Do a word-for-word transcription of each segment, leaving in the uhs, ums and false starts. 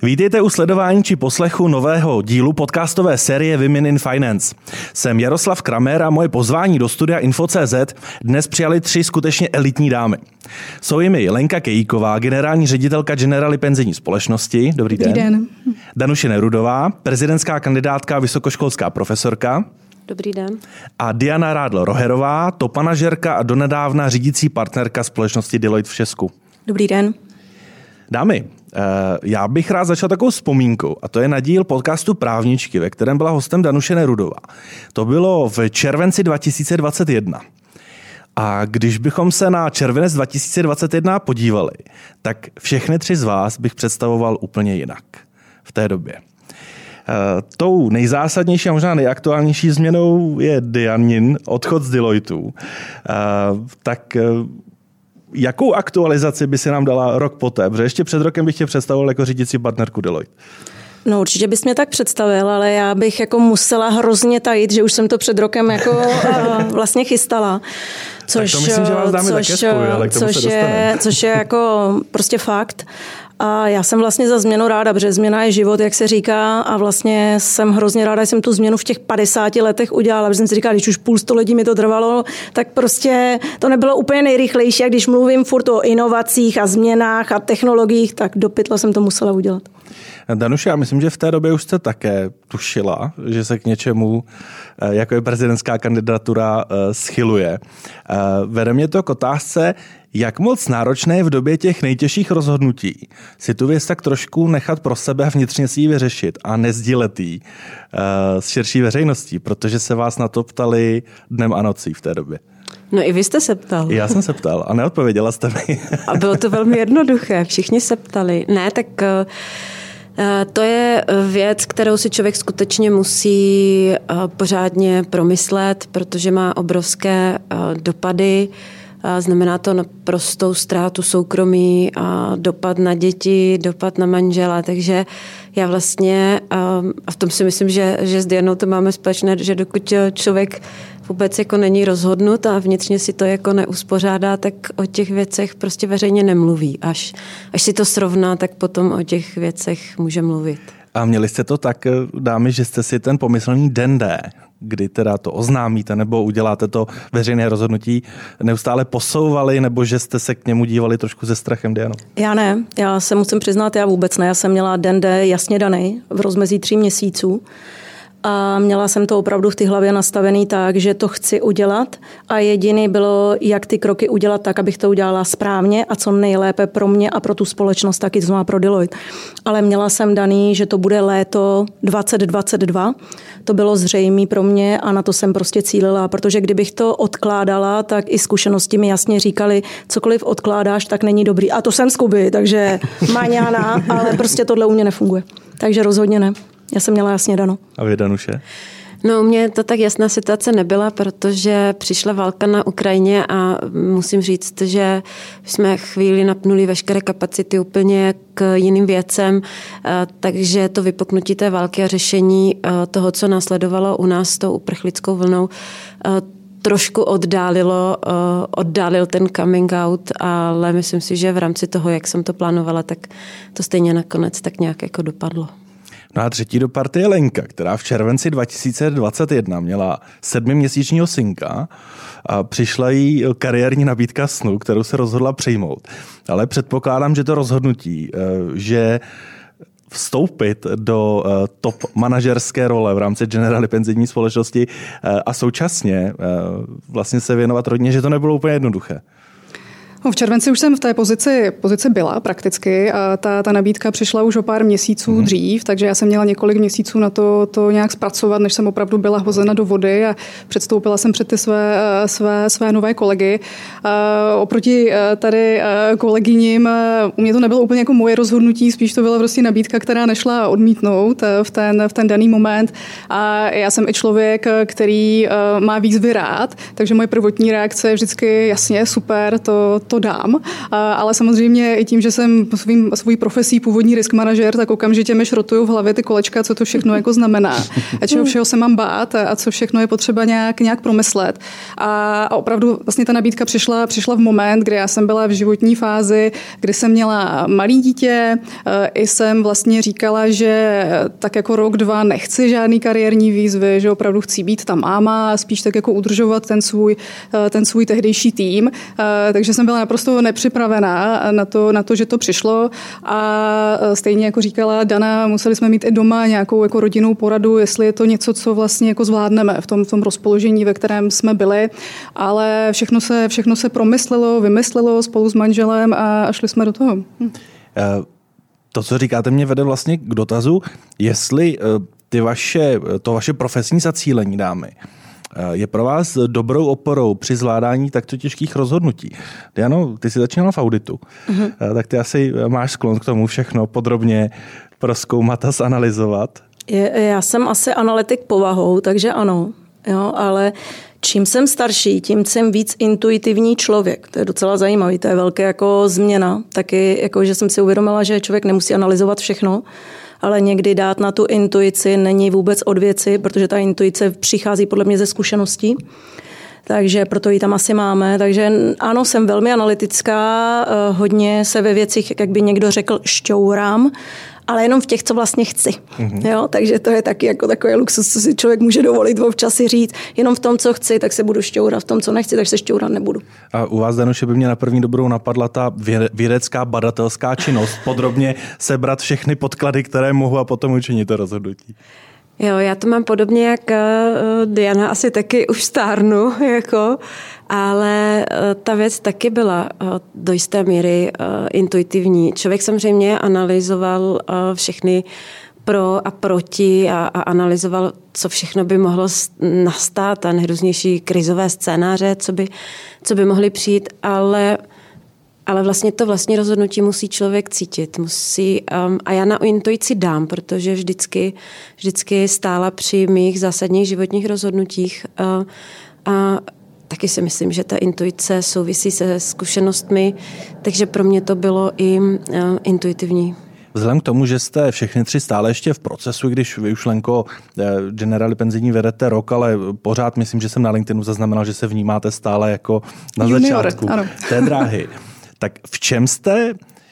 Vítejte u sledování či poslechu nového dílu podcastové série Women in Finance. Jsem Jaroslav Kramer a moje pozvání do studia Info tečka cé zet dnes přijali tři skutečně elitní dámy. Jsou jimi Lenka Kejíková, generální ředitelka Generali penzijní společnosti. Dobrý, Dobrý den. den. Danuše Nerudová, prezidentská kandidátka, vysokoškolská profesorka. Dobrý den. A Diana Rádl-Roherová, top manažerka a donedávna řídící partnerka společnosti Deloitte v Česku. Dobrý den. Dámy, já bych rád začal takovou vzpomínkou, a to je na díl podcastu Právničky, ve kterém byla hostem Danuše Nerudová. To bylo v červenci dva tisíce dvacet jedna. A když bychom se na červenec dva tisíce dvacet jedna podívali, tak všechny tři z vás bych představoval úplně jinak v té době. Tou nejzásadnější a možná nejaktuálnější změnou je Dianin odchod z Deloittu. Tak jakou aktualizaci by si nám dala rok poté? Protože ještě před rokem bych tě představoval jako řídící partnerku Deloitte. No určitě bys mě tak představil, ale já bych jako musela hrozně tajit, že už jsem to před rokem jako vlastně chystala. Což, tak to myslím, že vás dáme což, také spojuje, ale k tomu což se dostaneme. Je, což je jako prostě fakt. A já jsem vlastně za změnu ráda, protože změna je život, jak se říká, a vlastně jsem hrozně ráda, že jsem tu změnu v těch padesáti letech udělala, protože jsem si říkala, když už půl století mi to trvalo, tak prostě to nebylo úplně nejrychlejší. A když mluvím furt o inovacích a změnách a technologiích, tak do pytla jsem to musela udělat. Danuše, já myslím, že v té době už jste také tušila, že se k něčemu, jako je prezidentská kandidatura, schyluje. Vede mě to k otázce, jak moc náročné je v době těch nejtěžších rozhodnutí si tu věc tak trošku nechat pro sebe a vnitřně si ji vyřešit a nezdílet ji s širší veřejností, protože se vás na to ptali dnem a nocí v té době. No i vy jste se ptal. Já jsem se ptal a neodpověděla jste mi. A bylo to velmi jednoduché, všichni se ptali. Ne, tak to je věc, kterou si člověk skutečně musí pořádně promyslet, protože má obrovské dopady. Znamená to naprostou ztrátu soukromí, a dopad na děti, dopad na manžela, takže já vlastně, a v tom si myslím, že, že s Dianou to máme společné, že dokud člověk vůbec jako není rozhodnut a vnitřně si to jako neuspořádá, tak o těch věcech prostě veřejně nemluví. Až, až si to srovná, tak potom o těch věcech může mluvit. A měli jste to tak, dámy, že jste si ten pomyslný den D, kdy teda to oznámíte nebo uděláte to veřejné rozhodnutí, neustále posouvali, nebo že jste se k němu dívali trošku se strachem, Diano? Já ne, já se musím přiznat, já vůbec ne. Já jsem měla den D jasně daný v rozmezí tří měsíců. A měla jsem to opravdu v té hlavě nastavený tak, že to chci udělat a jediný bylo, jak ty kroky udělat tak, abych to udělala správně a co nejlépe pro mě a pro tu společnost, taky to znamená pro Deloitte. Ale měla jsem daný, že to bude léto dvacet dvacet dva. To bylo zřejmé pro mě a na to jsem prostě cílila, protože kdybych to odkládala, tak i zkušenosti mi jasně říkali, cokoliv odkládáš, tak není dobrý. A to jsem z Kuby, takže maňána, ale prostě tohle u mě nefunguje. Takže rozhodně ne. Já jsem měla jasně dano. A vy, Danuše? No, u mě to tak jasná situace nebyla, protože přišla válka na Ukrajině a musím říct, že jsme chvíli napnuli veškeré kapacity úplně k jiným věcem, takže to vypuknutí té války a řešení toho, co následovalo u nás s tou uprchlickou vlnou, trošku oddálilo, oddálil ten coming out, ale myslím si, že v rámci toho, jak jsem to plánovala, tak to stejně nakonec tak nějak jako dopadlo. No a třetí do party je Lenka, která v červenci dva tisíce dvacet jedna měla sedmiměsíčního synka a přišla jí kariérní nabídka snu, kterou se rozhodla přijmout. Ale předpokládám, že to rozhodnutí, že vstoupit do top manažerské role v rámci Generali penzijní společnosti a současně vlastně se věnovat rodině, že to nebylo úplně jednoduché. V červenci už jsem v té pozici, pozici byla prakticky a ta, ta nabídka přišla už o pár měsíců mm. dřív, takže já jsem měla několik měsíců na to, to nějak zpracovat, než jsem opravdu byla hozena do vody a předstoupila jsem před ty své, své, své nové kolegy. A oproti tady kolegyním, u mě to nebylo úplně jako moje rozhodnutí, spíš to byla prostě nabídka, která nešla odmítnout v ten, v ten daný moment. A já jsem i člověk, který má výzvy rád, takže moje prvotní reakce je vždycky jasně, super, to to dám. Ale samozřejmě i tím, že jsem svým, svůj profesí původní risk manažer, tak okamžitě mi šrotuju v hlavě ty kolečka, co to všechno jako znamená. A čeho všeho se mám bát a co všechno je potřeba nějak, nějak promyslet. A, a opravdu vlastně ta nabídka přišla, přišla v moment, kdy já jsem byla v životní fázi, kdy jsem měla malý dítě, i jsem vlastně říkala, že tak jako rok, dva nechci žádný kariérní výzvy, že opravdu chci být ta máma a spíš tak jako udržovat ten svůj, ten svůj tehdejší tým. Takže jsem byla naprosto nepřipravená na to, na to, že to přišlo a stejně jako říkala Dana, museli jsme mít i doma nějakou jako rodinnou poradu, jestli je to něco, co vlastně jako zvládneme v tom, v tom rozpoložení, ve kterém jsme byli, ale všechno se, všechno se promyslelo, vymyslelo spolu s manželem a šli jsme do toho. Hm. To, co říkáte, mě vede vlastně k dotazu, jestli ty vaše, to vaše profesní zacílení, dámy, je pro vás dobrou oporou při zvládání takto těžkých rozhodnutí. Diano, ty jsi začínala v auditu, mm-hmm. tak ty asi máš sklon k tomu všechno podrobně prozkoumat a zanalyzovat. Je, já jsem asi analytik povahou, takže ano, jo, ale čím jsem starší, tím jsem víc intuitivní člověk. To je docela zajímavý, to je velká jako změna. Taky, jako, že jsem si uvědomila, že člověk nemusí analyzovat všechno, ale někdy dát na tu intuici není vůbec od věci, protože ta intuice přichází podle mě ze zkušeností. Takže proto ji tam asi máme. Takže ano, jsem velmi analytická, hodně se ve věcích, jak by někdo řekl, šťourám, ale jenom v těch, co vlastně chci. Mm-hmm. Jo? Takže to je taky jako takový luxus, co si člověk může dovolit občas si říct. Jenom v tom, co chci, tak se budu šťourat, v tom, co nechci, tak se šťourat nebudu. A u vás, Danuše, by mě na první dobrou napadla ta vědecká badatelská činnost. Podrobně sebrat všechny podklady, které mohu a potom učinit to rozhodnutí. Jo, já to mám podobně jak Diana, asi taky už stárnu, jako, ale ta věc taky byla do jisté míry intuitivní. Člověk samozřejmě analyzoval všechny pro a proti a, a analyzoval, co všechno by mohlo nastat a nejrůznější krizové scénáře, co by, co by mohly přijít, ale Ale vlastně to vlastní rozhodnutí musí člověk cítit. Musí, um, a já na intuici dám, protože vždycky, vždycky stála při mých zásadních životních rozhodnutích. Uh, a taky si myslím, že ta intuice souvisí se zkušenostmi, takže pro mě to bylo i uh, intuitivní. Vzhledem k tomu, že jste všechny tři stále ještě v procesu, když vy už, Lenko, Generali penzijní vedete rok, ale pořád myslím, že jsem na LinkedInu zaznamenal, že se vnímáte stále jako na Junior, začátku ano. té dráhy. Tak v čem jste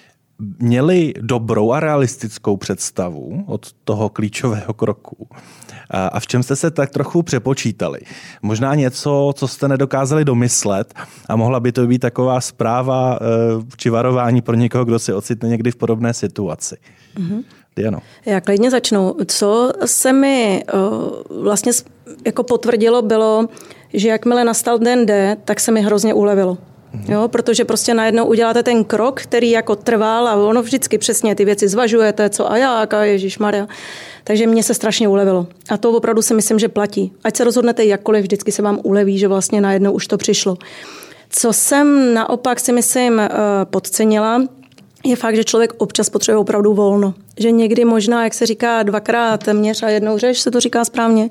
měli dobrou a realistickou představu od toho klíčového kroku? A v čem jste se tak trochu přepočítali? Možná něco, co jste nedokázali domyslet a mohla by to být taková zpráva či varování pro někoho, kdo se ocitne někdy v podobné situaci. Mm-hmm. Diano. Já klidně začnu. Co se mi uh, vlastně jako potvrdilo, bylo, že jakmile nastal den D, tak se mi hrozně ulevilo. Jo, protože prostě najednou uděláte ten krok, který jako trval a ono vždycky přesně ty věci zvažujete, co a jak a ježišmarja. Takže mně se strašně ulevilo. A to opravdu si myslím, že platí. Ať se rozhodnete jakkoliv, vždycky se vám uleví, že vlastně najednou už to přišlo. Co jsem naopak si myslím podcenila, je fakt, že člověk občas potřebuje opravdu volno. Že někdy možná, jak se říká, dvakrát měř a jednou řeš, se to říká správně,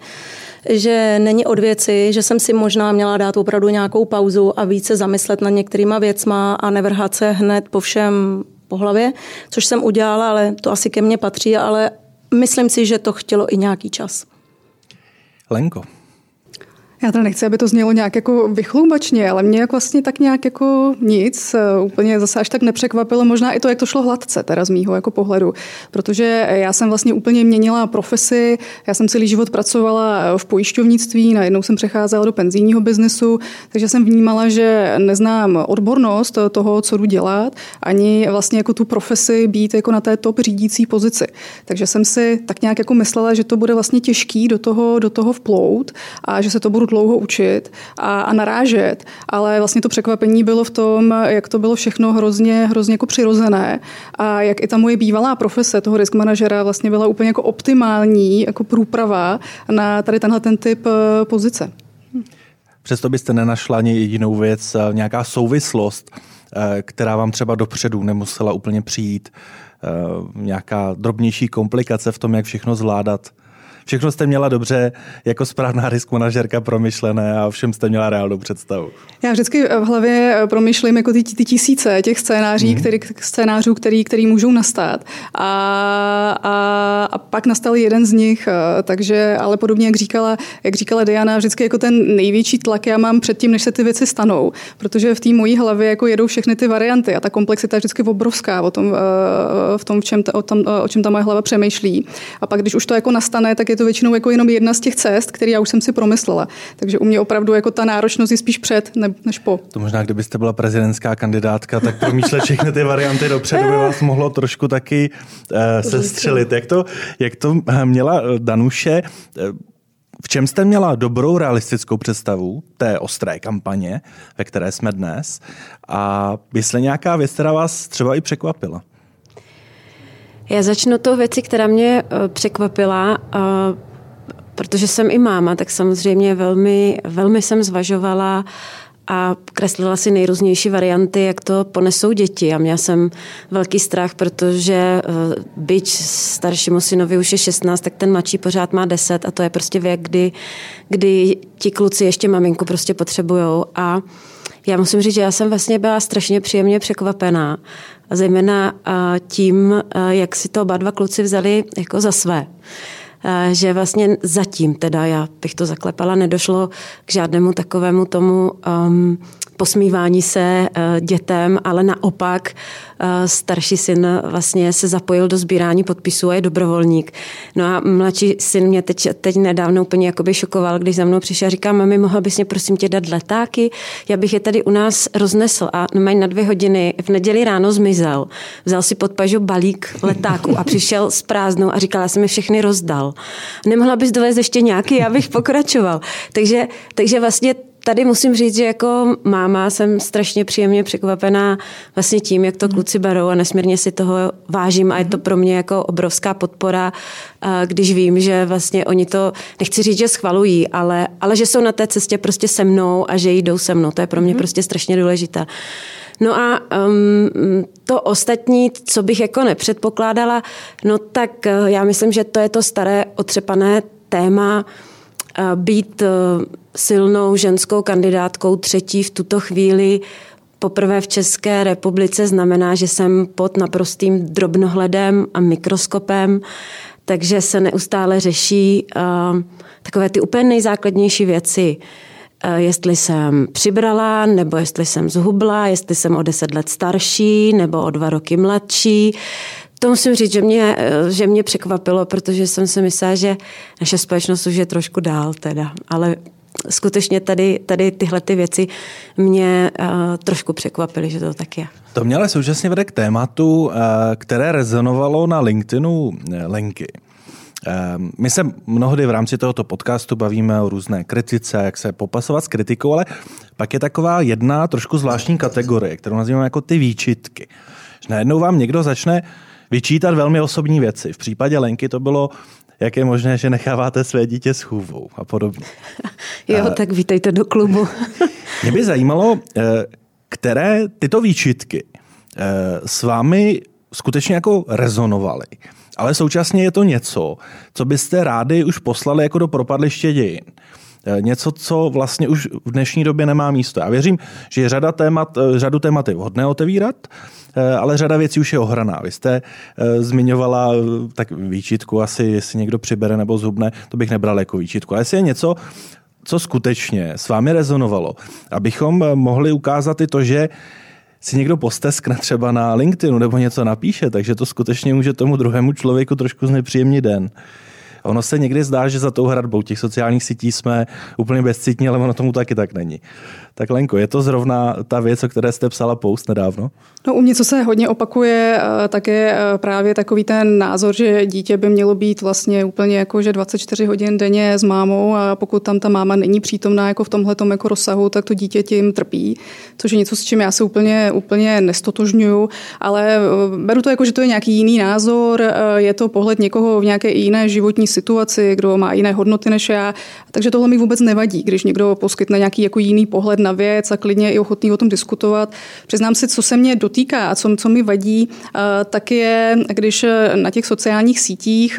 že není od věci, že jsem si možná měla dát opravdu nějakou pauzu a více zamyslet nad některýma věcma a nevrhat se hned po všem po hlavě, což jsem udělala, ale to asi ke mně patří, ale myslím si, že to chtělo i nějaký čas. Lenko. Já teda nechci, aby to znělo nějak jako vychloubačně, ale mě jako vlastně tak nějak jako nic, úplně zase až tak nepřekvapilo, možná i to, jak to šlo hladce, teda z mýho jako pohledu, protože já jsem vlastně úplně měnila profesi, já jsem celý život pracovala v pojišťovnictví, najednou jsem přecházela do penzijního biznesu, takže jsem vnímala, že neznám odbornost toho, co jdu dělat, ani vlastně jako tu profesi být jako na té top řídící pozici. Takže jsem si tak nějak jako myslela, že to bude vlastně těžký do toho, do toho vplout a že se to budu dlouho učit a, a narážet, ale vlastně to překvapení bylo v tom, jak to bylo všechno hrozně, hrozně jako přirozené a jak i ta moje bývalá profese toho risk manažera vlastně byla úplně jako optimální jako průprava na tady tenhle ten typ pozice. Přesto byste nenašla ani jedinou věc, nějaká souvislost, která vám třeba dopředu nemusela úplně přijít, nějaká drobnější komplikace v tom, jak všechno zvládat. všechno jste měla dobře jako správná risk manažerka promyšlené a všem jste měla reálnou představu. Já vždycky v hlavě promýšlím jako ty, ty tisíce těch scénáří, mm. který, scénářů, který, který můžou nastat. A, a, a pak nastal jeden z nich, takže, ale podobně, jak říkala, jak říkala Diana, vždycky jako ten největší tlak já mám předtím, než se ty věci stanou, protože v té mojí hlavě jako jedou všechny ty varianty a ta komplexita je vždycky obrovská o tom, v tom, v čem ta, o, tom, o čem ta moje hlava přemýšlí. A pak, když už to jako nastane, tak je to většinou jako jenom jedna z těch cest, které já už jsem si promyslela. Takže u mě opravdu jako ta náročnost je spíš před než po. To možná, kdybyste byla prezidentská kandidátka, tak promýšlet všechny ty varianty dopředu by vás mohlo trošku taky uh, sestřelit. Jak to, jak to měla Danuše? V čem jste měla dobrou realistickou představu té ostré kampaně, ve které jsme dnes? A jestli nějaká věc, která vás třeba i překvapila? Já začnu tou věcí, která mě překvapila, protože jsem i máma, tak samozřejmě velmi, velmi jsem zvažovala a kreslila si nejrůznější varianty, jak to ponesou děti. A měla jsem velký strach, protože byť staršímu synovi už je šestnáct, tak ten mladší pořád má deset a to je prostě věk, kdy, kdy ti kluci ještě maminku prostě potřebujou. A já musím říct, že já jsem vlastně byla strašně příjemně překvapená. A zejména tím, jak si to oba dva kluci vzali jako za své. Že vlastně zatím, teda já bych to zaklepala, nedošlo k žádnému takovému tomu um, posmívání se uh, dětem, ale naopak uh, starší syn vlastně se zapojil do sbírání podpisů a je dobrovolník. No a mladší syn mě teď, teď nedávno úplně jakoby šokoval, když za mnou přišel a říká, mami, mohla bys mě prosím tě dát letáky? Já bych je tady u nás roznesl a no, mají na dvě hodiny. V neděli ráno zmizel. Vzal si pod pažu balík letáků a přišel s prázdnou a říkal, já jsem je všechny rozdal. Nemohla bys dovést ještě nějaký, já bych pokračoval. Takže, takže vlastně tady musím říct, že jako máma jsem strašně příjemně překvapená vlastně tím, jak to kluci berou a nesmírně si toho vážím a je to pro mě jako obrovská podpora, když vím, že vlastně oni to, nechci říct, že schvalují, ale, ale že jsou na té cestě prostě se mnou a že jdou se mnou. To je pro mě prostě strašně důležité. No a um, to ostatní, co bych jako nepředpokládala, no tak uh, já myslím, že to je to staré otřepané téma uh, být uh, silnou ženskou kandidátkou třetí v tuto chvíli poprvé v České republice znamená, že jsem pod naprostým drobnohledem a mikroskopem, takže se neustále řeší uh, takové ty úplně nejzákladnější věci. Jestli jsem přibrala, nebo jestli jsem zhubla, jestli jsem o deset let starší, nebo o dva roky mladší. To musím říct, že mě, že mě překvapilo, protože jsem si myslela, že naše společnost už je trošku dál teda. Ale skutečně tady, tady tyhle ty věci mě uh, trošku překvapily, že to tak je. To mě ale současně vede k tématu, uh, které rezonovalo na LinkedInu Lenky. My se mnohdy v rámci tohoto podcastu bavíme o různé kritice, jak se popasovat s kritikou, ale pak je taková jedna trošku zvláštní kategorie, kterou nazýváme jako ty výčitky. Že najednou vám někdo začne vyčítat velmi osobní věci. V případě Lenky to bylo, jak je možné, že necháváte své dítě s chůvou a podobně. Jo, tak vítejte do klubu. Mě by zajímalo, které tyto výčitky s vámi skutečně jako rezonovaly. Ale současně je to něco, co byste rádi už poslali jako do propadliště dějin. Něco, co vlastně už v dnešní době nemá místo. Já věřím, že řada témat, řadu témat je vhodné otevírat, ale řada věcí už je ohraná. Vy jste zmiňovala tak výčitku, asi jestli někdo přibere nebo zhubne, to bych nebral jako výčitku. Ale jestli je něco, co skutečně s vámi rezonovalo, abychom mohli ukázat i to, že si někdo posteskne třeba na LinkedInu nebo něco napíše, takže to skutečně může tomu druhému člověku trošku znepříjemnit den. A ono se někdy zdá, že za tou hradbou těch sociálních sítí jsme úplně bezcitní, ale ono tomu taky tak není. Tak Lenko, je to zrovna ta věc, o které jste psala post nedávno? No u mě, co se hodně opakuje, tak je právě takový ten názor, že dítě by mělo být vlastně úplně jako, že dvacet čtyři hodin denně s mámou a pokud tam ta máma není přítomná jako v tomhletom jako rozsahu, tak to dítě tím trpí, což je něco, s čím já se úplně, úplně nestotožňuju, ale beru to jako, že to je nějaký jiný názor, je to pohled někoho v nějaké jiné životní situaci, kdo má jiné hodnoty než já. Takže tohle mi vůbec nevadí, když někdo poskytne nějaký jako jiný pohled na věc a klidně i ochotný o tom diskutovat. Přiznám si, co se mě dotýká a co, co mi vadí, tak je, když na těch sociálních sítích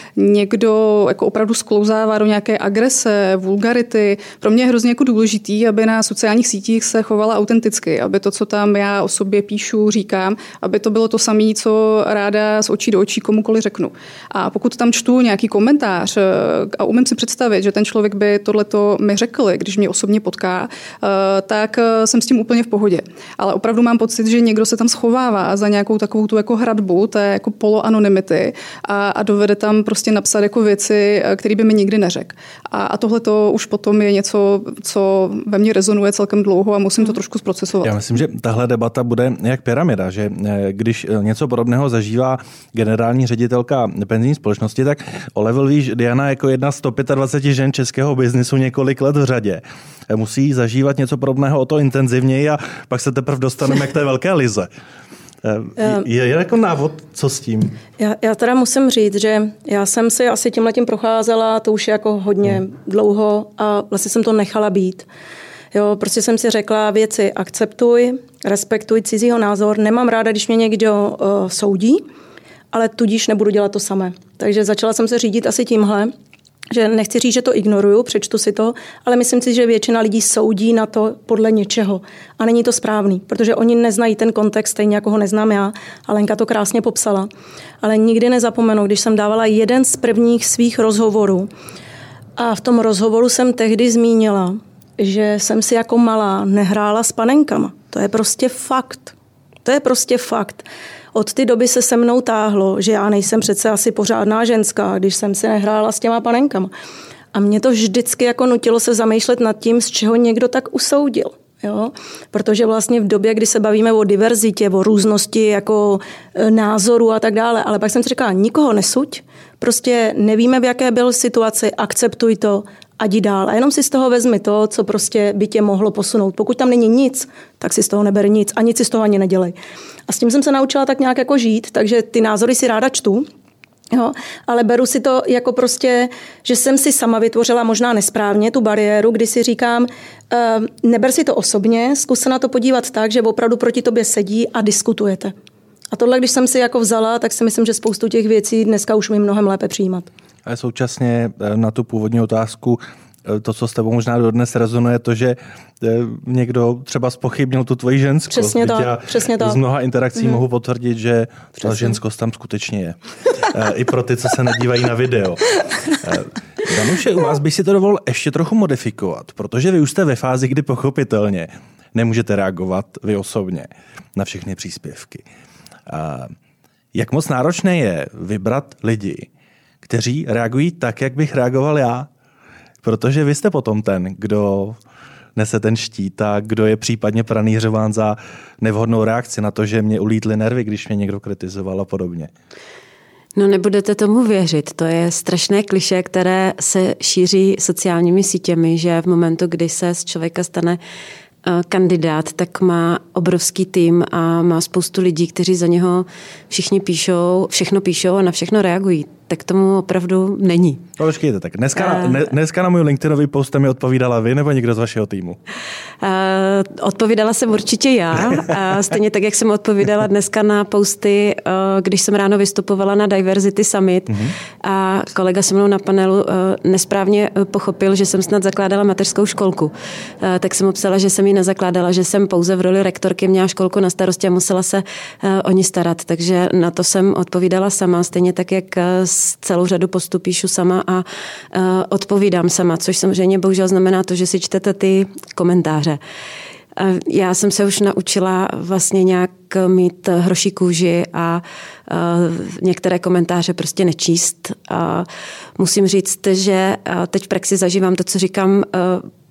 někdo jako opravdu sklouzává do nějaké agrese, vulgarity. Pro mě je hrozně jako důležitý, aby na sociálních sítích se chovala autenticky, aby to, co tam já o sobě píšu, říkám, aby to bylo to samé, co ráda z očí do očí komukoliv řeknu. A pokud tam čtu nějaký komentář a umím si představit, že ten člověk by tohleto mi řekl, když mě osobně potká, tak jsem s tím úplně v pohodě. Ale opravdu mám pocit, že někdo se tam schovává za nějakou takovou tu jako hradbu, té jako poloanonymity a, a dovede tam prostě napsat jako věci, které by mi nikdy neřekl. A, a tohleto už potom je něco, co ve mně rezonuje celkem dlouho a musím to trošku zprocesovat. Já myslím, že tahle debata bude jak pyramida, že když něco podobného zažívá generální ředitelka penzijní společnosti, tak o level výš Diana jako jedna z sto dvacet pět žen českého biznisu několik let v řadě musí zažívat něco podobného o to intenzivněji a pak se teprve dostaneme k té velké lize. Je, je jako návod, co s tím? Já, já teda musím říct, že já jsem si asi tímhletím procházela, to už je jako hodně hmm. dlouho a vlastně jsem to nechala být. Jo, prostě jsem si řekla věci akceptuj, respektuj cizího názor, nemám ráda, když mě někdo uh, soudí, ale tudíž nebudu dělat to samé. Takže začala jsem se řídit asi tímhle, že nechci říct, že to ignoruju, přečtu si to, ale myslím si, že většina lidí soudí na to podle něčeho. A není to správný, protože oni neznají ten kontext, stejně jako ho neznám já. A Lenka to krásně popsala. Ale nikdy nezapomenu, když jsem dávala jeden z prvních svých rozhovorů a v tom rozhovoru jsem tehdy zmínila, že jsem si jako malá nehrála s panenkama. To je prostě fakt. To je prostě fakt. Od té doby se se mnou táhlo, že já nejsem přece asi pořádná ženská, když jsem si nehrála s těma panenkama. A mě to vždycky jako nutilo se zamýšlet nad tím, z čeho někdo tak usoudil. Jo? Protože vlastně v době, kdy se bavíme o diverzitě, o různosti jako názoru a tak dále, ale pak jsem si říkala, nikoho nesuď, prostě nevíme, v jaké byl situaci, akceptuj to a jdi dál. A jenom si z toho vezmi to, co prostě by tě mohlo posunout. Pokud tam není nic, tak si z toho neber nic a nic si z toho ani nedělej. A s tím jsem se naučila tak nějak jako žít, takže ty názory si ráda čtu, jo, ale beru si to jako prostě, že jsem si sama vytvořila možná nesprávně tu bariéru, kdy si říkám, uh, neber si to osobně, zkus se na to podívat tak, že opravdu proti tobě sedí a diskutujete. A tohle, když jsem si jako vzala, tak si myslím, že spoustu těch věcí dneska už mi mnohem lépe přijímat. A současně na tu původní otázku, to, co s tebou možná dodnes rezonuje, to, že někdo třeba zpochybnil tu tvoji ženskost. Přesně tak, přesně tak. Z mnoha interakcí mm. mohu potvrdit, že přesně. Ta ženskost tam skutečně je. I pro ty, co se nedívají na video. Danuše, u vás bych si to dovolil ještě trochu modifikovat, protože vy už jste ve fázi, kdy pochopitelně nemůžete reagovat vy osobně na všechny příspěvky. Jak moc náročné je vybrat lidi, kteří reagují tak, jak bych reagoval já? Protože vy jste potom ten, kdo nese ten štít a kdo je případně pranýřován za nevhodnou reakci na to, že mě ulítly nervy, když mě někdo kritizoval a podobně. No nebudete tomu věřit. To je strašné klišé, které se šíří sociálními sítěmi, že v momentu, kdy se z člověka stane kandidát, tak má obrovský tým a má spoustu lidí, kteří za něho všichni píšou, všechno píšou a na všechno reagují. Tak tomu opravdu není. No, počkejte, tak dneska, uh, na, dneska na můj LinkedInový post mi odpovídala vy nebo někdo z vašeho týmu? Uh, odpovídala jsem určitě já. A stejně tak, jak jsem odpovídala dneska na posty, uh, když jsem ráno vystupovala na Diversity Summit uh-huh. a kolega se mnou na panelu uh, nesprávně pochopil, že jsem snad zakládala mateřskou školku. Uh, tak jsem mu psala, že jsem ji nezakládala, že jsem pouze v roli rektorky měla školku na starosti a musela se uh, o ní starat. Takže na to jsem odpovídala sama, stejně tak, jak uh, celou řadu postů píšu sama a uh, odpovídám sama, což samozřejmě bohužel znamená to, že si čtete ty komentáře. Uh, já jsem se už naučila vlastně nějak mít hroší kůži a uh, některé komentáře prostě nečíst. Uh, musím říct, že uh, teď v praxi zažívám to, co říkám uh,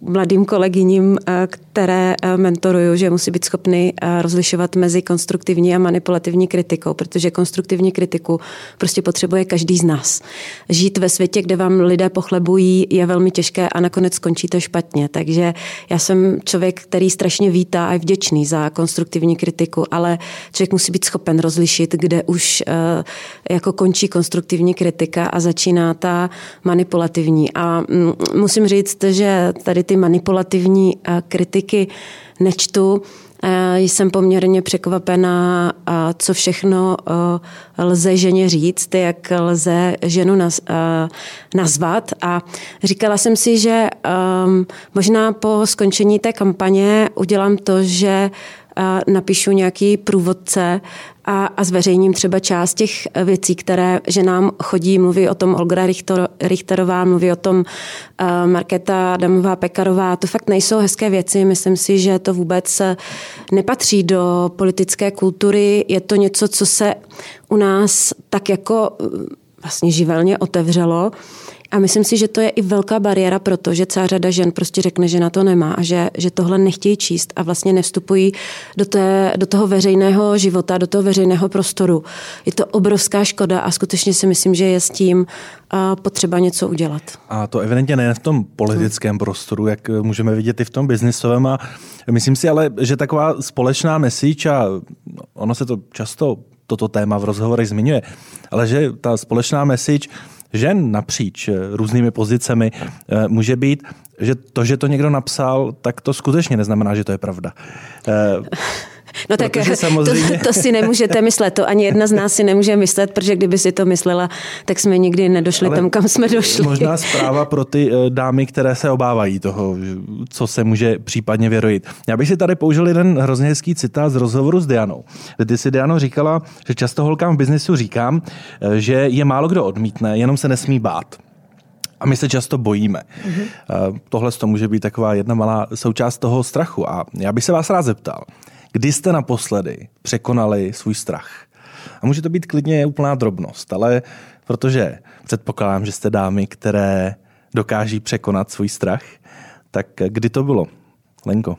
mladým kolegyním, které mentoruju, že musí být schopný rozlišovat mezi konstruktivní a manipulativní kritikou, protože konstruktivní kritiku prostě potřebuje každý z nás. Žít ve světě, kde vám lidé pochlebují, je velmi těžké a nakonec skončí to špatně. Takže já jsem člověk, který strašně vítá a je vděčný za konstruktivní kritiku, ale člověk musí být schopen rozlišit, kde už jako končí konstruktivní kritika a začíná ta manipulativní. A musím říct, že tady ty manipulativní kritiky nečtu. Jsem poměrně překvapená, co všechno lze ženě říct, jak lze ženu nazvat. A říkala jsem si, že možná po skončení té kampaně udělám to, že napíšu nějaký průvodce a, a zveřejním třeba část těch věcí, které ženám chodí. Mluví o tom Olga Richter, Richterová, mluví o tom uh, Markéta Adamová Pekarová. To fakt nejsou hezké věci. Myslím si, že to vůbec nepatří do politické kultury. Je to něco, co se u nás tak jako vlastně živelně otevřelo. A myslím si, že to je i velká bariéra, protože celá řada žen prostě řekne, že na to nemá a že, že tohle nechtějí číst a vlastně nevstupují do, té, do toho veřejného života, do toho veřejného prostoru. Je to obrovská škoda a skutečně si myslím, že je s tím potřeba něco udělat. A to evidentně nejen v tom politickém prostoru, jak můžeme vidět i v tom biznisovém. A myslím si ale, že taková společná message, a ono se to často, toto téma v rozhovorech zmiňuje, ale že ta společná message žen napříč různými pozicemi může být, že to, že to někdo napsal, tak to skutečně neznamená, že to je pravda. No tak samozřejmě... to, to si nemůžete myslet, to ani jedna z nás si nemůže myslet, protože kdyby si to myslela, tak jsme nikdy nedošli ale tam, kam jsme došli. Možná zpráva pro ty dámy, které se obávají toho, co se může případně vyrojit. Já bych si tady použil jeden hrozně hezký citát z rozhovoru s Dianou. Ty si, Diano, říkala, že často holkám v biznesu říkám, že je málo kdo odmítne, jenom se nesmí bát. A my se často bojíme. Mm-hmm. Tohle to může být taková jedna malá součást toho strachu. A já bych se vás rád zeptal, kdy jste naposledy překonali svůj strach? A může to být klidně úplná drobnost, ale protože předpokládám, že jste dámy, které dokáží překonat svůj strach, tak kdy to bylo? Lenko?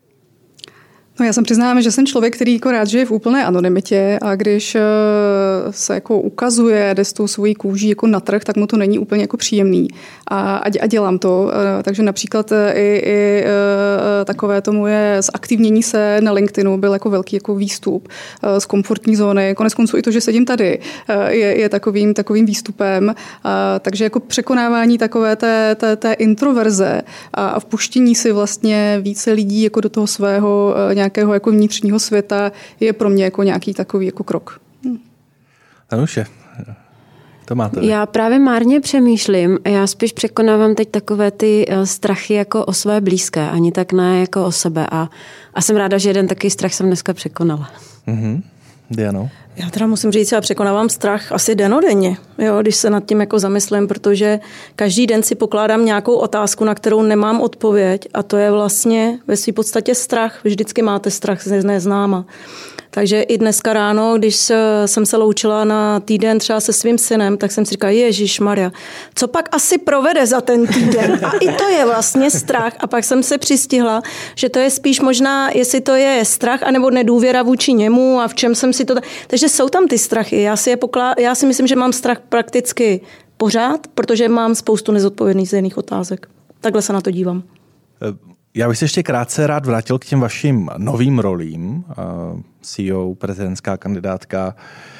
No já jsem přiznám, že jsem člověk, který jako rád žije v úplné anonymitě a když se jako ukazuje, jde s tou svojí kůží jako na trh, tak mu to není úplně jako příjemný. A, a dělám to. Takže například i, i takové to moje zaktivnění se na LinkedInu byl jako velký jako výstup z komfortní zóny. Konec konců i to, že sedím tady, je, je takovým, takovým výstupem. A, takže jako překonávání takové té, té, té introverze a vpuštění si vlastně více lidí jako do toho svého nějakého jako vnitřního světa je pro mě jako nějaký takový jako krok. Hm. Danuše, to máte. Já právě márně přemýšlím. Já spíš překonávám teď takové ty strachy jako o své blízké, ani tak ne jako o sebe. A, a jsem ráda, že jeden takový strach jsem dneska překonala. Mhm. Diano? Já teda musím říct, já překonávám strach asi denodenně, jo, když se nad tím jako zamyslím, protože každý den si pokládám nějakou otázku, na kterou nemám odpověď a to je vlastně ve své podstatě strach. Vždycky máte strach z neznáma. Takže i dneska ráno, když jsem se loučila na týden třeba se svým synem, tak jsem si říkala, ježišmarja, co pak asi provede za ten týden? A i to je vlastně strach. A pak jsem se přistihla, že to je spíš možná, jestli to je strach, anebo nedůvěra vůči němu a v čem jsem si to... Takže jsou tam ty strachy. Já si, je poklá... Já si myslím, že mám strach prakticky pořád, protože mám spoustu nezodpovědných zejných otázek. Takhle se na to dívám. Já bych se ještě krátce rád vrátil k těm vašim novým rolím. C E O, prezidentská kandidátka,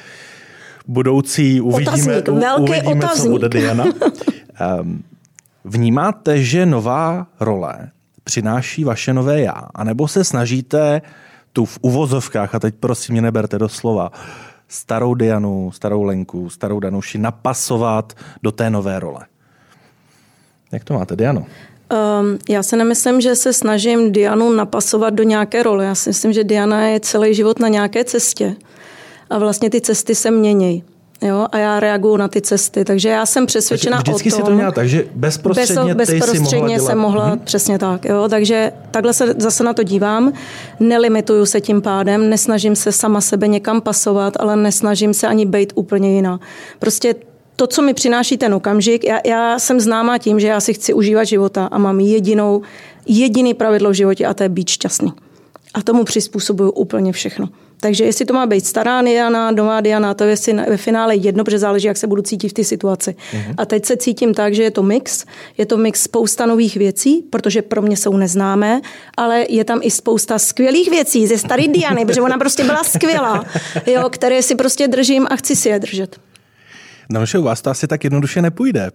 budoucí, uvidíme, otazník, u, uvidíme co bude Diana. Vnímáte, že nová role přináší vaše nové já? A nebo se snažíte tu v uvozovkách, a teď prosím mě neberte do slova, starou Dianu, starou Lenku, starou Danuši napasovat do té nové role? Jak to máte, Diano? Um, já si nemyslím, že se snažím Dianu napasovat do nějaké role. Já si myslím, že Diana je celý život na nějaké cestě. A vlastně ty cesty se mění. Jo? A já reaguju na ty cesty. Takže já jsem přesvědčena o tom... Vždycky si to měla tak, že bezprostředně, bez, bezprostředně ty si mohla jsem mohla, hmm. přesně tak. Jo? Takže takhle se zase na to dívám. Nelimituju se tím pádem, nesnažím se sama sebe někam pasovat, ale nesnažím se ani být úplně jiná. Prostě to, co mi přináší ten okamžik, já, já jsem známá tím, že já si chci užívat života a mám jedinou, jediný pravidlo v životě a to je být šťastný. A tomu přizpůsobuju úplně všechno. Takže jestli to má být stará Diana, nová Diana, to je si ve finále jedno, protože záleží, jak se budu cítit v té situaci. Mm-hmm. A teď se cítím tak, že je to mix. Je to mix spousta nových věcí, protože pro mě jsou neznámé, ale je tam i spousta skvělých věcí ze staré Diany, protože ona prostě byla skvělá, jo, které si prostě držím a chci si je držet. No, že u vás to asi tak jednoduše nepůjde.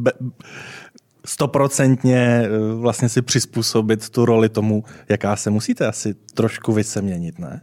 Stoprocentně vlastně si přizpůsobit tu roli tomu, jaká se musíte asi trošku vy se měnit, ne?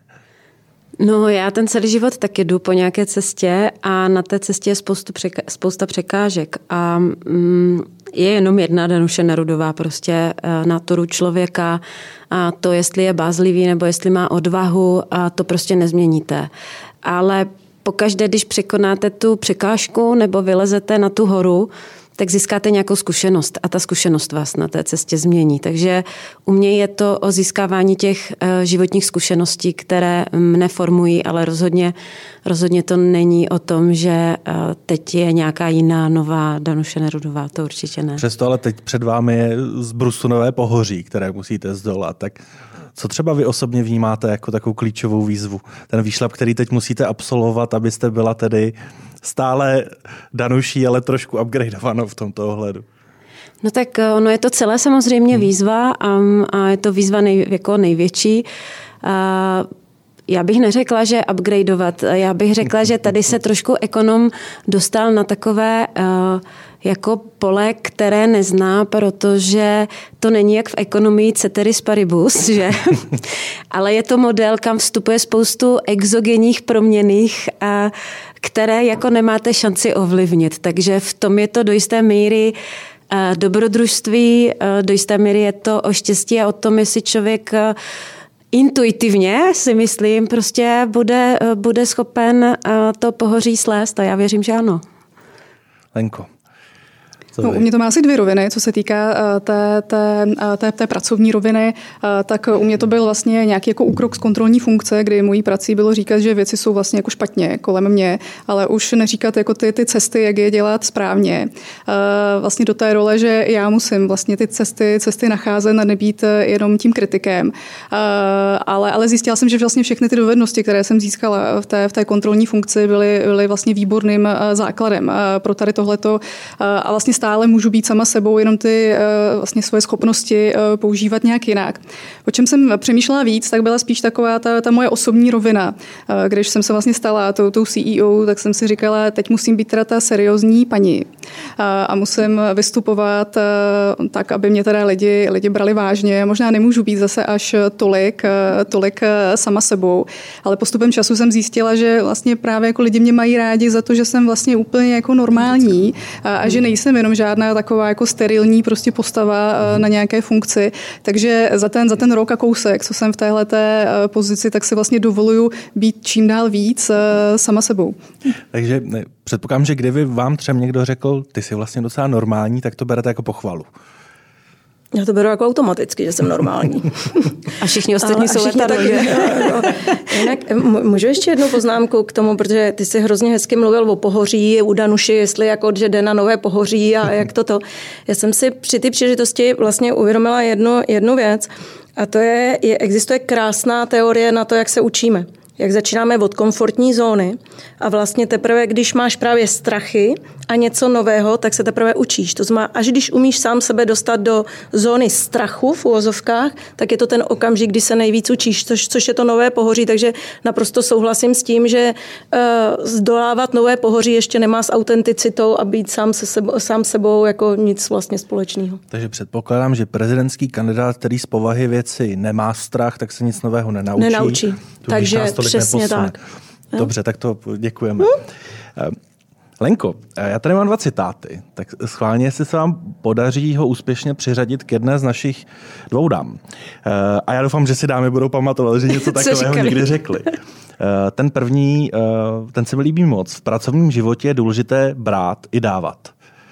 No, já ten celý život tak jdu po nějaké cestě a na té cestě je spoustu překa- spousta překážek a mm, je jenom jedna Danuše Nerudová prostě naturu člověka a to, jestli je bázlivý nebo jestli má odvahu, a to prostě nezměníte. Ale pokaždé, když překonáte tu překážku nebo vylezete na tu horu, tak získáte nějakou zkušenost a ta zkušenost vás na té cestě změní. Takže u mě je to o získávání těch životních zkušeností, které mne formují, ale rozhodně, rozhodně to není o tom, že teď je nějaká jiná nová Danuše Nerudová, to určitě ne. Přesto ale teď před vámi je z brusu nové pohoří, které musíte zdolat, tak co třeba vy osobně vnímáte jako takovou klíčovou výzvu? Ten výšlap, který teď musíte absolvovat, abyste byla tedy stále Danuší, ale trošku upgradeovanou v tomto ohledu. No tak ono je to celé samozřejmě výzva a, a je to výzva nej, jako největší. A já bych neřekla, že upgradeovat. Já bych řekla, že tady se trošku ekonom dostal na takové uh, jako pole, které nezná, protože to není jak v ekonomii ceteris paribus, že? Ale je to model, kam vstupuje spoustu exogenních proměnných, a které jako nemáte šanci ovlivnit. Takže v tom je to do jisté míry dobrodružství, do jisté míry je to o štěstí a o tom, jestli člověk intuitivně, si myslím, prostě bude, bude schopen to pohoří slést a já věřím, že ano. Lenko. No, u mě to má asi dvě roviny, co se týká té, té, té, té pracovní roviny, tak u mě to byl vlastně nějaký jako úkrok z kontrolní funkce, kdy mojí prací bylo říkat, že věci jsou vlastně jako špatně kolem mě, ale už neříkat jako ty, ty cesty, jak je dělat správně. Vlastně do té role, že já musím vlastně ty cesty, cesty nacházet a nebýt jenom tím kritikem. Ale, ale zjistila jsem, že vlastně všechny ty dovednosti, které jsem získala v té, v té kontrolní funkci, byly, byly vlastně výborným základem pro tady tohleto a vlastně stále můžu být sama sebou, jenom ty vlastně svoje schopnosti používat nějak jinak. O čem jsem přemýšlela víc, tak byla spíš taková ta, ta moje osobní rovina. Když jsem se vlastně stala tou, tou C E O, tak jsem si říkala, teď musím být teda ta seriózní paní a musím vystupovat tak, aby mě teda lidi, lidi brali vážně. Možná nemůžu být zase až tolik, tolik sama sebou, ale postupem času jsem zjistila, že vlastně právě jako lidi mě mají rádi za to, že jsem vlastně úplně jako normální a, a že nejsem jenom žádná taková jako sterilní prostě postava na nějaké funkci. Takže za ten, za ten rok a kousek, co jsem v téhleté pozici, tak si vlastně dovoluju být čím dál víc sama sebou. Takže předpokládám, že kdyby vám třeba někdo řekl, ty jsi vlastně docela normální, tak to berete jako pochvalu. Já to beru jako automaticky, že jsem normální. A všichni ostatní jsou letadlo, že? Jinak můžu ještě jednu poznámku k tomu, protože ty jsi hrozně hezky mluvil o pohoří, u Danuši, jestli jako, že jde na nové pohoří a jak toto. Já jsem si při té příležitosti vlastně uvědomila jednu, jednu věc a to je, je, existuje krásná teorie na to, jak se učíme. Jak začínáme od komfortní zóny a vlastně teprve, když máš právě strachy a něco nového, tak se teprve učíš. To znamená, až když umíš sám sebe dostat do zóny strachu v uvozovkách, tak je to ten okamžik, kdy se nejvíc učíš, což, což je to nové pohoří, takže naprosto souhlasím s tím, že uh, zdolávat nové pohoří ještě nemá s autenticitou a být sám, se sebou, sám sebou jako nic vlastně společného. Takže předpokládám, že prezidentský kandidát, který z povahy věci nemá strach, tak se nic nového nenaučí. Nenaučí. Takže přesně neposune. Tak. Dobře, tak to děkujeme. Hmm? Lenko, já tady mám dva citáty, tak schválně, jestli se vám podaří ho úspěšně přiřadit k jedné z našich dvou dám. A já doufám, že si dámy budou pamatovat, že něco takového někdy řekli. Ten první, ten se mi líbí moc. V pracovním životě je důležité brát i dávat.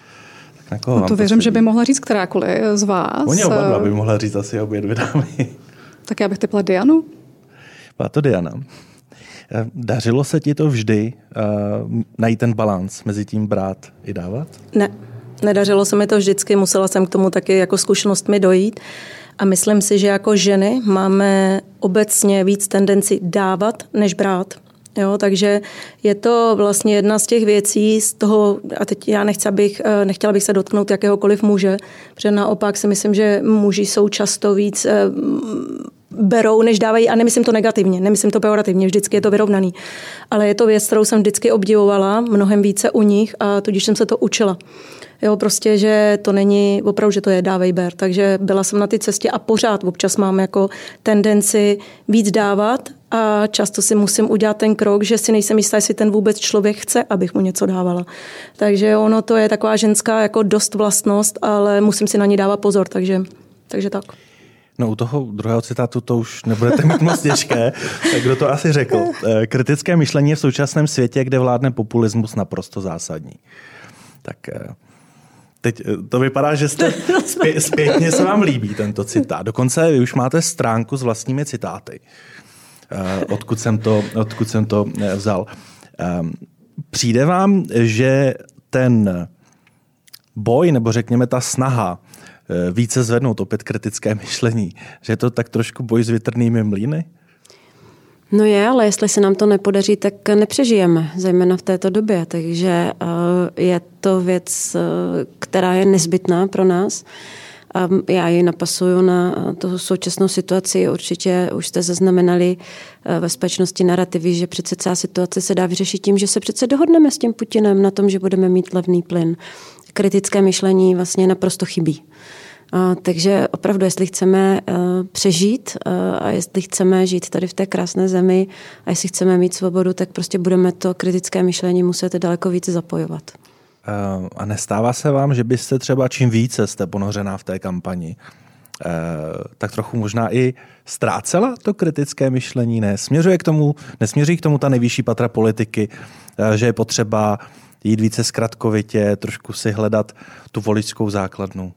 No to věřím, že by mohla říct kterákoliv z vás. Oni oba dva by mohla říct asi obě dvě dámy. Tak já bych typla Dianu. Byla to Diana. Dařilo se ti to vždy uh, najít ten balans mezi tím brát i dávat? Ne, nedařilo se mi to vždycky, musela jsem k tomu taky jako zkušenostmi dojít. A myslím si, že jako ženy máme obecně víc tendenci dávat, než brát. Jo, takže je to vlastně jedna z těch věcí z toho, a teď já nechci, abych, nechtěla bych se dotknout jakéhokoliv muže, protože naopak si myslím, že muži jsou často víc berou, než dávají, a nemyslím to negativně, nemyslím to pejorativně, vždycky je to vyrovnaný. Ale je to věc, kterou jsem vždycky obdivovala, mnohem více u nich, a tudíž jsem se to učila. Jo, prostě, že to není, opravdu, že to je dávej ber. Takže byla jsem na té cestě a pořád občas mám jako tendenci víc dávat a často si musím udělat ten krok, že si nejsem jistá, jestli ten vůbec člověk chce, abych mu něco dávala. Takže ono to je taková ženská jako dost vlastnost, ale musím si na ní dávat pozor, takže, takže tak. No u toho druhého citátu to už nebudete mít moc těžké. Tak kdo to asi řekl? Kritické myšlení je v současném světě, kde vládne populismus, naprosto zásadní. Tak teď to vypadá, že jste zpě, zpětně se vám líbí tento citát. Dokonce vy už máte stránku s vlastními citáty. Odkud jsem to, odkud jsem to vzal. Přijde vám, že ten boj, nebo řekněme ta snaha více zvednout opět kritické myšlení, že je to tak trošku boj s větrnými mlýny? No je, ale jestli se nám to nepodaří, tak nepřežijeme, zejména v této době. Takže je to věc, která je nezbytná pro nás. A já ji napasuju na tu současnou situaci. Určitě už jste zaznamenali ve společnosti narrativy, že přece celá situace se dá vyřešit tím, že se přece dohodneme s tím Putinem na tom, že budeme mít levný plyn. Kritické myšlení vlastně naprosto chybí. A, takže opravdu, jestli chceme uh, přežít uh, a jestli chceme žít tady v té krásné zemi a jestli chceme mít svobodu, tak prostě budeme to kritické myšlení muset daleko více zapojovat. Uh, a nestává se vám, že byste třeba čím více jste ponořená v té kampani, uh, tak trochu možná i ztrácela to kritické myšlení? Ne? Směřuje k tomu, nesměří k tomu ta nejvyšší patra politiky, uh, že je potřeba jít více zkratkovitě, trošku si hledat tu voličskou základnu?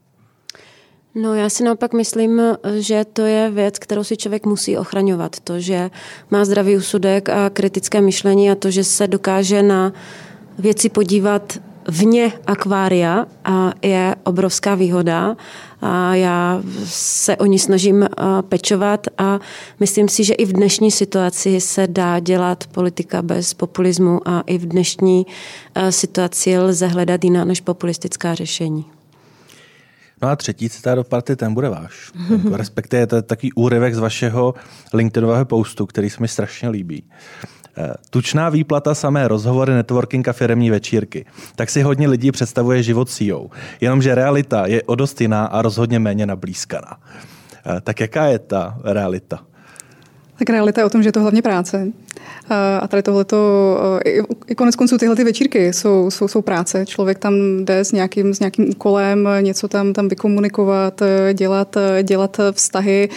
No já si naopak myslím, že to je věc, kterou si člověk musí ochraňovat. To, že má zdravý úsudek a kritické myšlení a to, že se dokáže na věci podívat vně akvária, a je obrovská výhoda. A já se o ní snažím pečovat a myslím si, že i v dnešní situaci se dá dělat politika bez populismu a i v dnešní situaci lze hledat jiná než populistická řešení. No a třetí citát do party, ten bude váš. Respektive to je takový úryvek z vašeho LinkedInového postu, který se mi strašně líbí. Tučná výplata, samé rozhovory, networking a firemní večírky. Tak si hodně lidí představuje život C E O. Jenomže realita je o dost jiná a rozhodně méně nablízkaná. Tak jaká je ta realita? Tak realita je o tom, že je to hlavně práce. A tady tohleto, i konec konců tyhle ty večírky jsou, jsou, jsou práce. Člověk tam jde s nějakým, s nějakým úkolem, něco tam, tam vykomunikovat, dělat, dělat vztahy.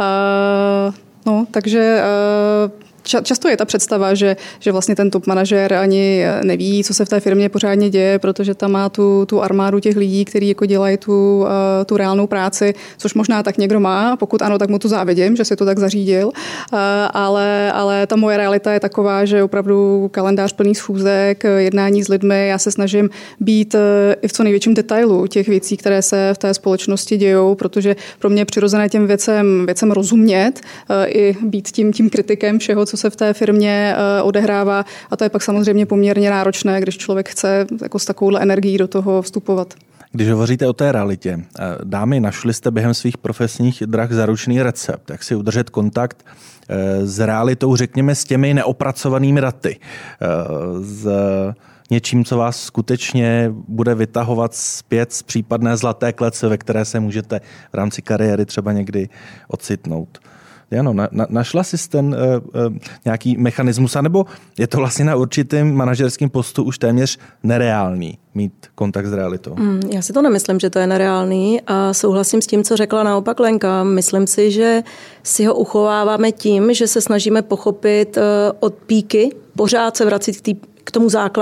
No, takže často je ta představa, že, že vlastně ten top manažer ani neví, co se v té firmě pořádně děje, protože tam má tu, tu armádu těch lidí, kteří jako dělají tu, tu reálnou práci, což možná tak někdo má. Pokud ano, tak mu to závidím, že si to tak zařídil. Ale, ale ta moje realita je taková, že opravdu kalendář plný schůzek, jednání s lidmi. Já se snažím být i v co největším detailu těch věcí, které se v té společnosti dějou, protože pro mě je přirozené těm věcem, věcem rozumět, i být tím, tím kritikem všeho, co se v té firmě odehrává, a to je pak samozřejmě poměrně náročné, když člověk chce jako s takovouhle energií do toho vstupovat. Když hovoříte o té realitě, dámy, našli jste během svých profesních drah zaručený recept, jak si udržet kontakt s realitou, řekněme s těmi neopracovanými daty, s něčím, co vás skutečně bude vytahovat zpět z případné zlaté klece, ve které se můžete v rámci kariéry třeba někdy ocitnout. Ano, na, na, našla jsi ten uh, uh, nějaký mechanismus, anebo je to vlastně na určitém manažerském postu už téměř nereálný mít kontakt s realitou? Mm, já si to nemyslím, že to je nereálný a souhlasím s tím, co řekla naopak Lenka. Myslím si, že si ho uchováváme tím, že se snažíme pochopit uh, od píky, pořád se vracet k, tý, k tomu základu.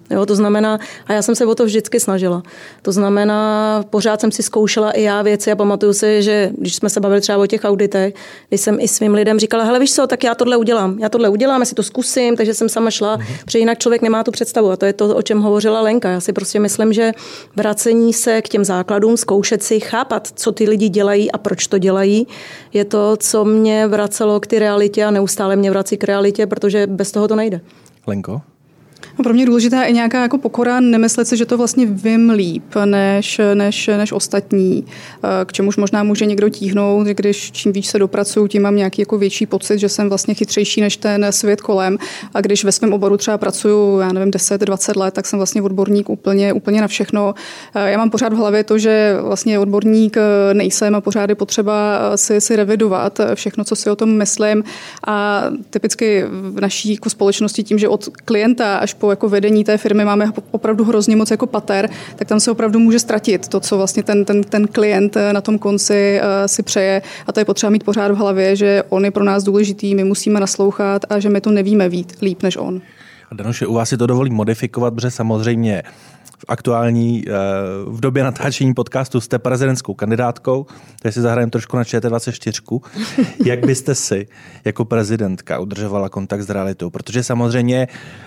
Jo, to znamená, a já jsem se o to vždycky snažila. To znamená, pořád jsem si zkoušela i já věci a pamatuju si, že když jsme se bavili třeba o těch auditech, když jsem i svým lidem říkala, hele víš co, tak já tohle udělám. Já tohle udělám, já si to zkusím, takže jsem sama šla, mm. protože jinak člověk nemá tu představu. A to je to, o čem hovořila Lenka. Já si prostě myslím, že vracení se k těm základům, zkoušet si, chápat, co ty lidi dělají a proč to dělají, je to, co mě vracelo k té realitě a neustále mě vrací k realitě, protože bez toho to nejde. Lenko? No pro mě je důležitá i nějaká jako pokora, nemyslet si, že to vlastně vím líp než, než, než ostatní, k čemuž možná může někdo tíhnout, když čím víc se dopracuju, tím mám nějaký jako větší pocit, že jsem vlastně chytřejší než ten svět kolem. A když ve svém oboru třeba pracuju, já nevím, deset dvacet let, tak jsem vlastně odborník úplně, úplně na všechno. Já mám pořád v hlavě to, že vlastně odborník nejsem a pořád je potřeba si, si revidovat všechno, co si o tom myslím. A typicky v naší jako společnosti tím, že od klienta až po jako vedení té firmy máme opravdu hrozně moc jako pater, tak tam se opravdu může ztratit to, co vlastně ten, ten, ten klient na tom konci uh, si přeje. A to je potřeba mít pořád v hlavě, že on je pro nás důležitý, my musíme naslouchat a že my to nevíme víc líp než on. A Danuše, u vás si to dovolí modifikovat, protože samozřejmě v aktuální, v době natáčení podcastu jste prezidentskou kandidátkou, takže si zahrajeme trošku na Č T dvacet čtyři. Jak byste si jako prezidentka udržovala kontakt s realitou? Protože samozřejmě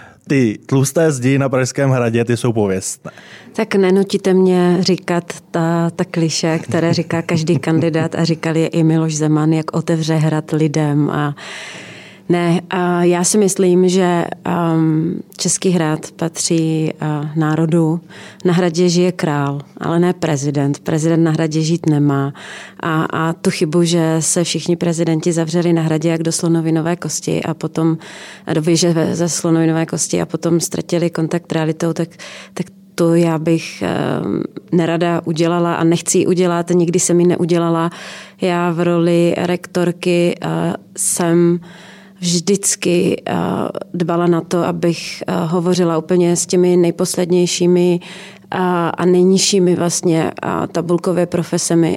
ty tlusté zdi na Pražském hradě, ty jsou pověstné. Tak nenutíte mě říkat ta, ta kliše, které říká každý kandidát a říkal je i Miloš Zeman, jak otevře hrad lidem. A ne, a já si myslím, že um, Český hrad patří uh, národu. Na hradě žije král, ale ne prezident. Prezident na hradě žít nemá. A, a tu chybu, že se všichni prezidenti zavřeli na hradě jak do slonovinové kosti a potom do věže ze slonovinové kosti a potom ztratili kontakt s realitou, tak, tak to já bych um, nerada udělala a nechci ji udělat, nikdy jsem ji neudělala. Já v roli rektorky uh, jsem vždycky dbala na to, abych hovořila úplně s těmi nejposlednějšími a nejnižšími vlastně tabulkové profesemi,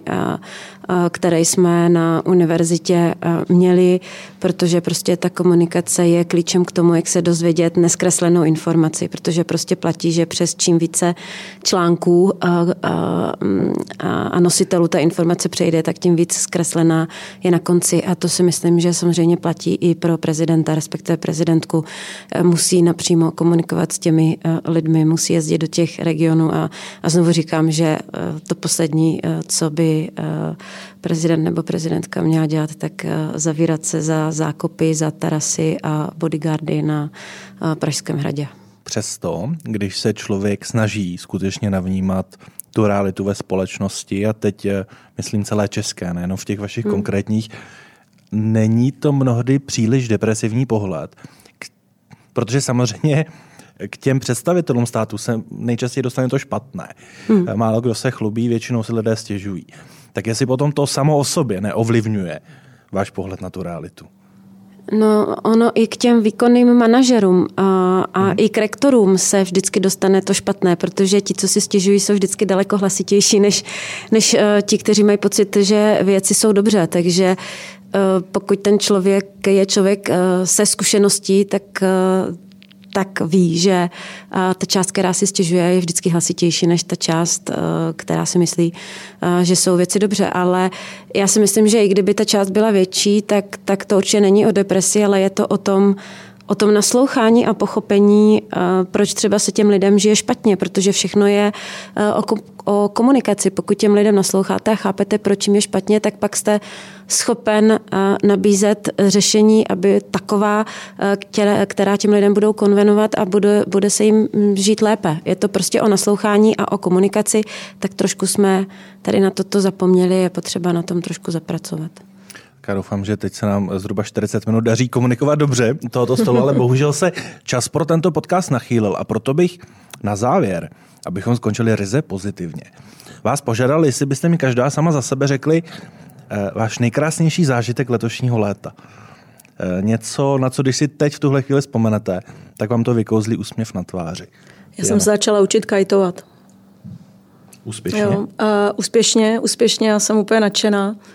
které jsme na univerzitě měli, protože prostě ta komunikace je klíčem k tomu, jak se dozvědět neskreslenou informaci, protože prostě platí, že přes čím více článků a, a, a nositelů té informace přejde, tak tím víc zkreslená je na konci. A to si myslím, že samozřejmě platí i pro prezidenta, respektive prezidentku. Musí napřímo komunikovat s těmi lidmi, musí jezdit do těch regionů a, a znovu říkám, že to poslední, co by prezident nebo prezidentka měla dělat, tak zavírat se za zákopy, za terasy a bodyguardy na Pražském hradě. Přesto, když se člověk snaží skutečně navnímat tu realitu ve společnosti a teď myslím celé české, nejenom v těch vašich hmm. konkrétních, není to mnohdy příliš depresivní pohled, protože samozřejmě k těm představitelům státu se nejčastěji dostane to špatné. Hmm. Málo kdo se chlubí, většinou si lidé stěžují. Tak jestli potom to samo o sobě neovlivňuje váš pohled na tu realitu? No, ono i k těm výkonným manažerům a, a hmm. i k rektorům se vždycky dostane to špatné, protože ti, co si stěžují, jsou vždycky daleko hlasitější než, než uh, ti, kteří mají pocit, že věci jsou dobře. Takže uh, pokud ten člověk je člověk uh, se zkušeností, tak uh, tak ví, že ta část, která si stěžuje, je vždycky hlasitější než ta část, která si myslí, že jsou věci dobře. Ale já si myslím, že i kdyby ta část byla větší, tak, tak to určitě není o depresi, ale je to o tom, o tom naslouchání a pochopení, proč třeba se těm lidem žije špatně, protože všechno je o, o komunikaci. Pokud těm lidem nasloucháte a chápete, proč jim je špatně, tak pak jste schopen nabízet řešení, aby taková, která těm lidem budou konvenovat a bude, bude se jim žít lépe. Je to prostě o naslouchání a o komunikaci, tak trošku jsme tady na toto zapomněli, je potřeba na tom trošku zapracovat. Já doufám, že teď se nám zhruba čtyřicet minut daří komunikovat dobře tohoto stolu, ale bohužel se čas pro tento podcast nachýlil a proto bych na závěr, abychom skončili ryze pozitivně, vás požádal, jestli byste mi každá sama za sebe řekli eh, váš nejkrásnější zážitek letošního léta. Eh, něco, na co když si teď v tuhle chvíli vzpomenete, tak vám to vykouzlí úsměv na tváři. Já Jana. jsem se začala učit kajtovat. Úspěšně? Jo, a úspěšně, úspěšně, já jsem úplně nadšená.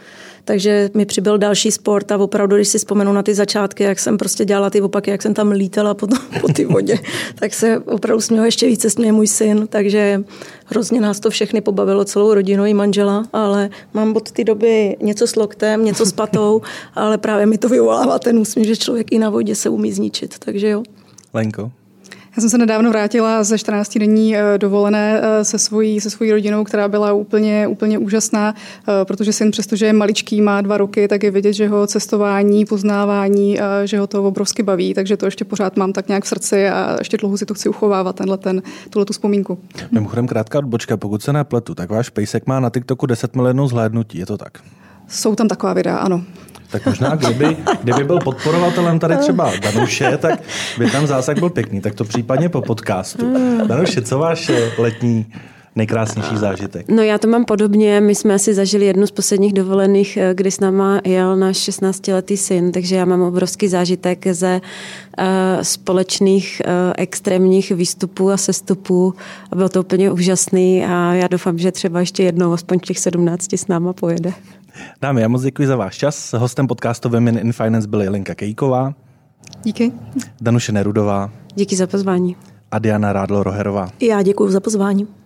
Takže mi přibyl další sport a opravdu, když si vzpomenu na ty začátky, jak jsem prostě dělala ty opaky, jak jsem tam lítala po, po ty vodě, tak se opravdu směl ještě více směje můj syn, takže hrozně nás to všechny pobavilo, celou rodinu i manžela, ale mám od té doby něco s loktem, něco s patou, ale právě mi to vyvolává ten úsměv, že člověk i na vodě se umí zničit, takže jo. Lenko? Já jsem se nedávno vrátila ze čtrnáctidenní dovolené se svojí, se svojí rodinou, která byla úplně, úplně úžasná, protože syn, přestože je maličký, má dva roky, tak je vidět, že ho cestování, poznávání, že ho to obrovsky baví, takže to ještě pořád mám tak nějak v srdci a ještě dlouho si to chci uchovávat, tenhle ten, tuhletu vzpomínku. Mimochodem krátká odbočka, pokud se nepletu, tak váš pejsek má na TikToku deset milionů zhlédnutí, je to tak? Jsou tam taková videa, ano. Tak možná, kdyby, kdyby byl podporovatelem tady třeba Danuše, tak by tam zásah byl pěkný. Tak to případně po podcastu. Danuše, co váš letní nejkrásnější zážitek? No já to mám podobně. My jsme asi zažili jednu z posledních dovolených, kdy s náma jel náš šestnáctiletý syn, takže já mám obrovský zážitek ze uh, společných uh, extrémních výstupů a sestupů. A bylo to úplně úžasný a já doufám, že třeba ještě jednou, aspoň těch sedmnácti s náma pojede. Dámy, já moc děkuji za váš čas. Hostem podcastu Women in Finance byly Lenka Kejková. Díky. Danuše Nerudová. Díky za pozvání. A Diana Rádlo-Roherová. Já děkuji za pozvání.